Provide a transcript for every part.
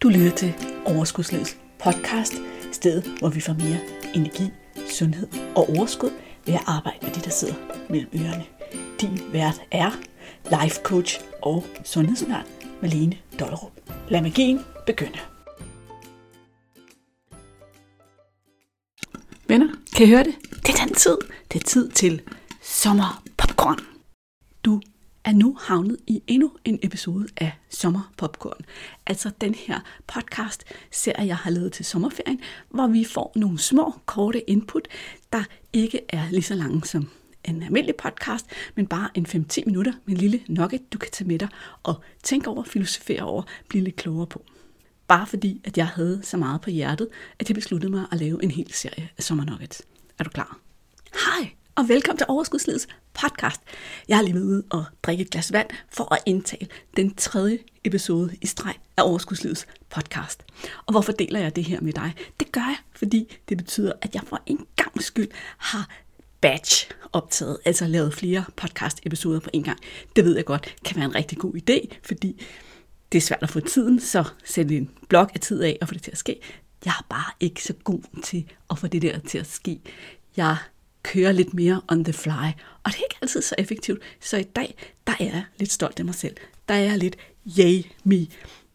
Du lytter til Overskudslivets podcast, stedet hvor vi får mere energi, sundhed og overskud ved at arbejde med det, der sidder mellem ørerne. Din vært er life coach og sundhedsnørd Malene Dollerup. Lad magien begynde. Venner, kan I høre det? Det er den tid. Det er tid til sommerpopcorn. Du er nu havnet i endnu en episode af Sommerpopcorn. Altså den her podcast-serie, jeg har lavet til sommerferien, hvor vi får nogle små, korte input, der ikke er lige så lange som en almindelig podcast, men bare en 5-10 minutter med en lille nugget, du kan tage med dig og tænke over, filosofere over, blive lidt klogere på. Bare fordi, at jeg havde så meget på hjertet, at jeg besluttede mig at lave en hel serie af sommernuggets. Er du klar? Hej! Og velkommen til Overskudslivets podcast. Jeg har lige været ude og drikke et glas vand for at indtale den 3. episode i streg af Overskudslivets podcast. Og hvorfor deler jeg det her med dig? Det gør jeg, fordi det betyder, at jeg for en gang skyld har batch optaget, altså lavet flere podcast-episoder på en gang. Det ved jeg godt kan være en rigtig god idé, fordi det er svært at få tiden, så sæt en blok af tid af og få det til at ske. Jeg er bare ikke så god til at få det der til at ske. Jeg kører lidt mere on the fly, og det er ikke altid så effektivt. Så i dag, der er jeg lidt stolt af mig selv. Der er jeg lidt yay me.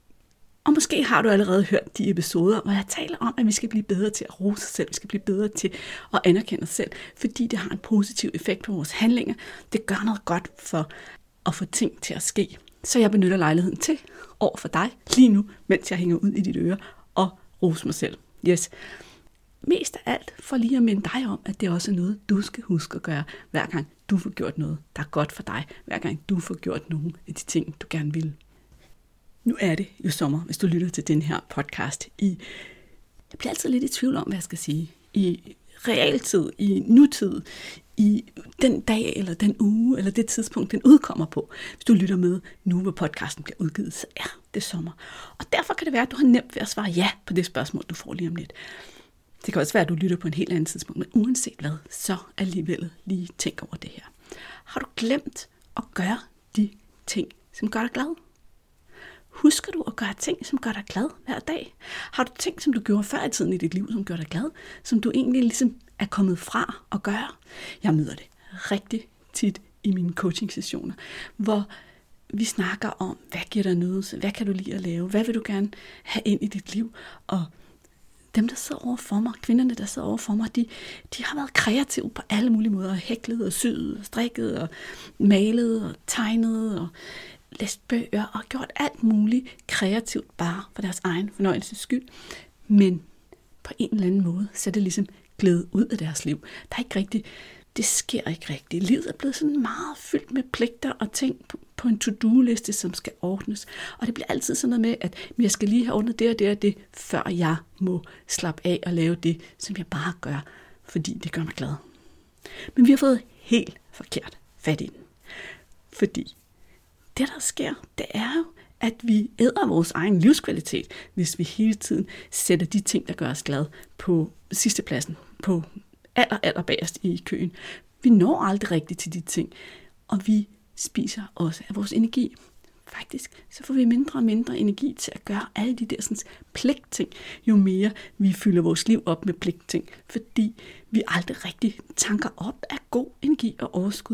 Og måske har du allerede hørt de episoder, hvor jeg taler om, at vi skal blive bedre til at rose os selv. Vi skal blive bedre til at anerkende os selv, fordi det har en positiv effekt på vores handlinger. Det gør noget godt for at få ting til at ske. Så jeg benytter lejligheden til over for dig lige nu, mens jeg hænger ud i dit øre og rose mig selv. Yes. Mest af alt for lige at minde dig om, at det også er noget, du skal huske at gøre, hver gang du får gjort noget, der er godt for dig. Hver gang du får gjort nogle af de ting, du gerne vil. Nu er det jo sommer, hvis du lytter til den her podcast. Jeg bliver altid lidt i tvivl om, hvad jeg skal sige. I realtid, i nutid, i den dag, eller den uge, eller det tidspunkt, den udkommer på. Hvis du lytter med nu, hvor podcasten bliver udgivet, så er det sommer. Og derfor kan det være, at du har nemt ved at svare ja på det spørgsmål, du får lige om lidt. Det kan også være, at du lytter på en helt anden tidspunkt, men uanset hvad, så alligevel lige tænk over det her. Har du glemt at gøre de ting, som gør dig glad? Husker du at gøre ting, som gør dig glad hver dag? Har du ting, som du gjorde før i tiden i dit liv, som gør dig glad, som du egentlig ligesom er kommet fra at gøre? Jeg møder det rigtig tit i mine coaching-sessioner, hvor vi snakker om, hvad giver dig nydelse, hvad kan du lide at lave, hvad vil du gerne have ind i dit liv, og dem, der sidder over for mig, kvinderne, der sidder over for mig, de har været kreative på alle mulige måder. Hæklet og syet og strikket og malet og tegnet og læst bøger og gjort alt muligt kreativt bare for deres egen fornøjelses skyld. Men på en eller anden måde, så er det ligesom glædet ud af deres liv. Der er ikke rigtigt, det sker ikke rigtigt. Livet er blevet sådan meget fyldt med pligter og ting på en to-do-liste, som skal ordnes. Og det bliver altid sådan noget med, at jeg skal lige have ordnet det og det og det, før jeg må slappe af og lave det, som jeg bare gør, fordi det gør mig glad. Men vi har fået helt forkert fat i den. Fordi det, der sker, det er jo, at vi æder vores egen livskvalitet, hvis vi hele tiden sætter de ting, der gør os glade, på sidste pladsen, på aller bagerst i køen. Vi når aldrig rigtigt til de ting, og vi spiser også af vores energi. Faktisk, så får vi mindre og mindre energi til at gøre alle de der sådan, pligtting, jo mere vi fylder vores liv op med pligtting, fordi vi aldrig rigtig tanker op af god energi og overskud.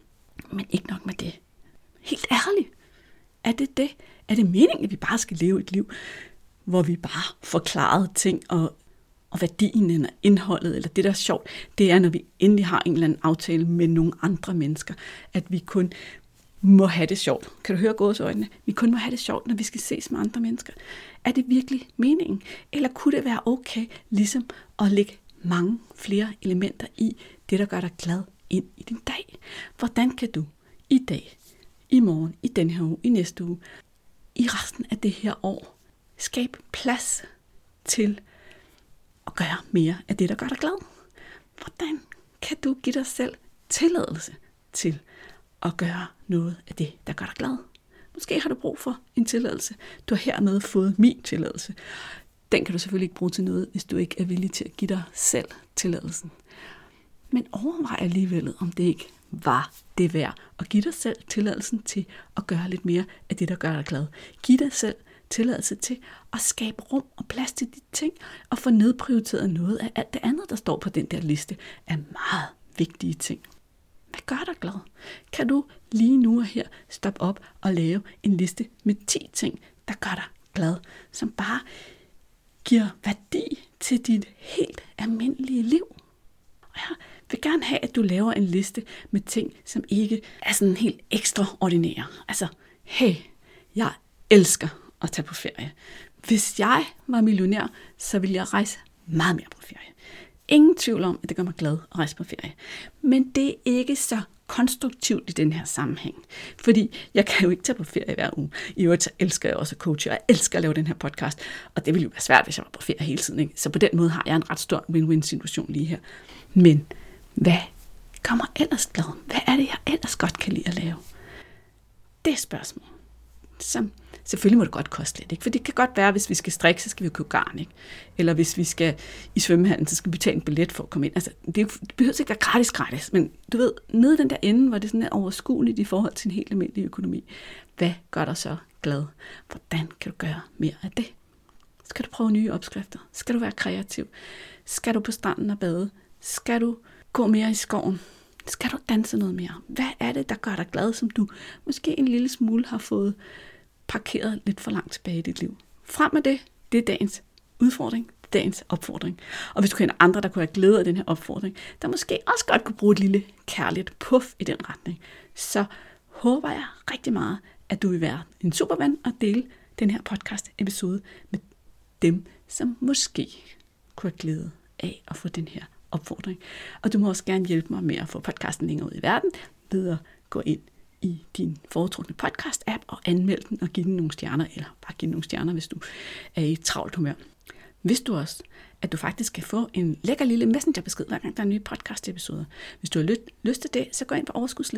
Men ikke nok med det. Helt ærligt, er det det? Er det meningen, at vi bare skal leve et liv, hvor vi bare forklarer ting og værdien eller indholdet, eller det, der er sjovt, det er, når vi endelig har en eller anden aftale med nogle andre mennesker, at vi kun må have det sjovt. Kan du høre gåseøjnene? Vi kun må have det sjovt, når vi skal ses med andre mennesker. Er det virkelig meningen? Eller kunne det være okay, ligesom at lægge mange flere elementer i det, der gør dig glad ind i din dag? Hvordan kan du i dag, i morgen, i den her uge, i næste uge, i resten af det her år, skabe plads til at gøre mere af det, der gør dig glad? Hvordan kan du give dig selv tilladelse til at gøre noget af det, der gør dig glad? Måske har du brug for en tilladelse. Du har hermed fået min tilladelse. Den kan du selvfølgelig ikke bruge til noget, hvis du ikke er villig til at give dig selv tilladelsen. Men overvej alligevel, om det ikke var det værd at give dig selv tilladelsen til at gøre lidt mere af det, der gør dig glad. Giv dig selv tilladelse til at skabe rum og plads til de ting, og få nedprioriteret noget af alt det andet, der står på den der liste af meget vigtige ting. Hvad gør dig glad? Kan du lige nu og her stoppe op og lave en liste med 10 ting, der gør dig glad, som bare giver værdi til dit helt almindelige liv? Og jeg vil gerne have, at du laver en liste med ting, som ikke er sådan helt ekstraordinære. Altså, hey, jeg elsker at tage på ferie. Hvis jeg var millionær, så ville jeg rejse meget mere på ferie. Ingen tvivl om, at det gør mig glad at rejse på ferie. Men det er ikke så konstruktivt i den her sammenhæng. Fordi jeg kan jo ikke tage på ferie hver uge. I øvrigt så elsker jeg også at coache, og jeg elsker at lave den her podcast. Og det ville jo være svært, hvis jeg var på ferie hele tiden. Ikke? Så på den måde har jeg en ret stor win-win-situation lige her. Men hvad gør mig ellers glad? Hvad er det, jeg ellers godt kan lide at lave? Det er spørgsmål, som selvfølgelig må det godt koste lidt. Ikke? For det kan godt være, hvis vi skal strikke, så skal vi købe garn. Ikke? Eller hvis vi skal i svømmehallen, så skal vi betale en billet for at komme ind. Altså, det behøver ikke være gratis. Men du ved, nede i den der ende, hvor det sådan er overskueligt i forhold til en helt almindelig økonomi. Hvad gør dig så glad? Hvordan kan du gøre mere af det? Skal du prøve nye opskrifter? Skal du være kreativ? Skal du på stranden og bade? Skal du gå mere i skoven? Skal du danse noget mere? Hvad er det, der gør dig glad, som du måske en lille smule har fået parkeret lidt for langt tilbage i dit liv? Frem med det. Det er dagens udfordring, dagens opfordring. Og hvis du kender andre, der kunne have glæde af den her opfordring, der måske også godt kunne bruge et lille kærligt puff i den retning, så håber jeg rigtig meget, at du vil være en superven og dele den her podcast episode med dem, som måske kunne have glæde af at få den her opfordring. Og du må også gerne hjælpe mig med at få podcasten længere ud i verden ved at gå ind i din foretrukne podcast-app og anmelde den og give den nogle stjerner, eller bare give den nogle stjerner, hvis du er i et travlt humør. Vidste du også, at du faktisk kan få en lækker lille messengerbesked, hver gang der er nye podcast-episoder. Hvis du har lyst til det, så gå ind på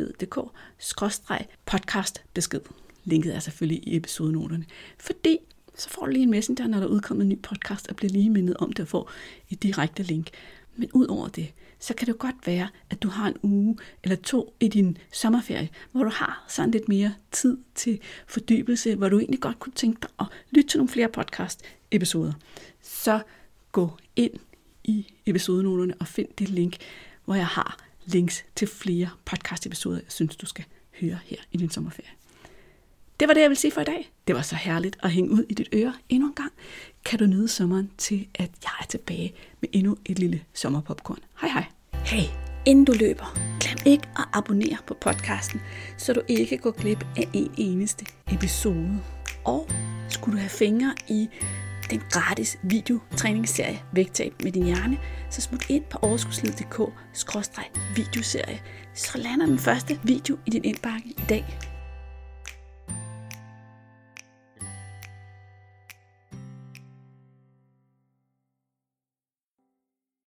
overskudslivet.dk/podcastbesked. Linket er selvfølgelig i episodenoterne. Fordi så får du lige en messenger, når der er udkommet en ny podcast, og bliver lige mindet om det at få et direkte link. Men ud over det, så kan det jo godt være, at du har en uge eller 2 i din sommerferie, hvor du har sådan lidt mere tid til fordybelse, hvor du egentlig godt kunne tænke dig at lytte til nogle flere podcast-episoder. Så gå ind i episodenoterne og find det link, hvor jeg har links til flere podcast-episoder, jeg synes, du skal høre her i din sommerferie. Det var det, jeg vil sige for i dag. Det var så herligt at hænge ud i dit øre endnu en gang. Kan du nyde sommeren til, at jeg er tilbage med endnu et lille sommerpopcorn. Hej hej. Hey, inden du løber, glem ikke at abonnere på podcasten, så du ikke går glip af en eneste episode. Og skulle du have fingre i den gratis videotræningsserie Vægtab med din hjerne, så smut ind på overskudslivet.dk/videoserie, så lander den første video i din indbakke i dag.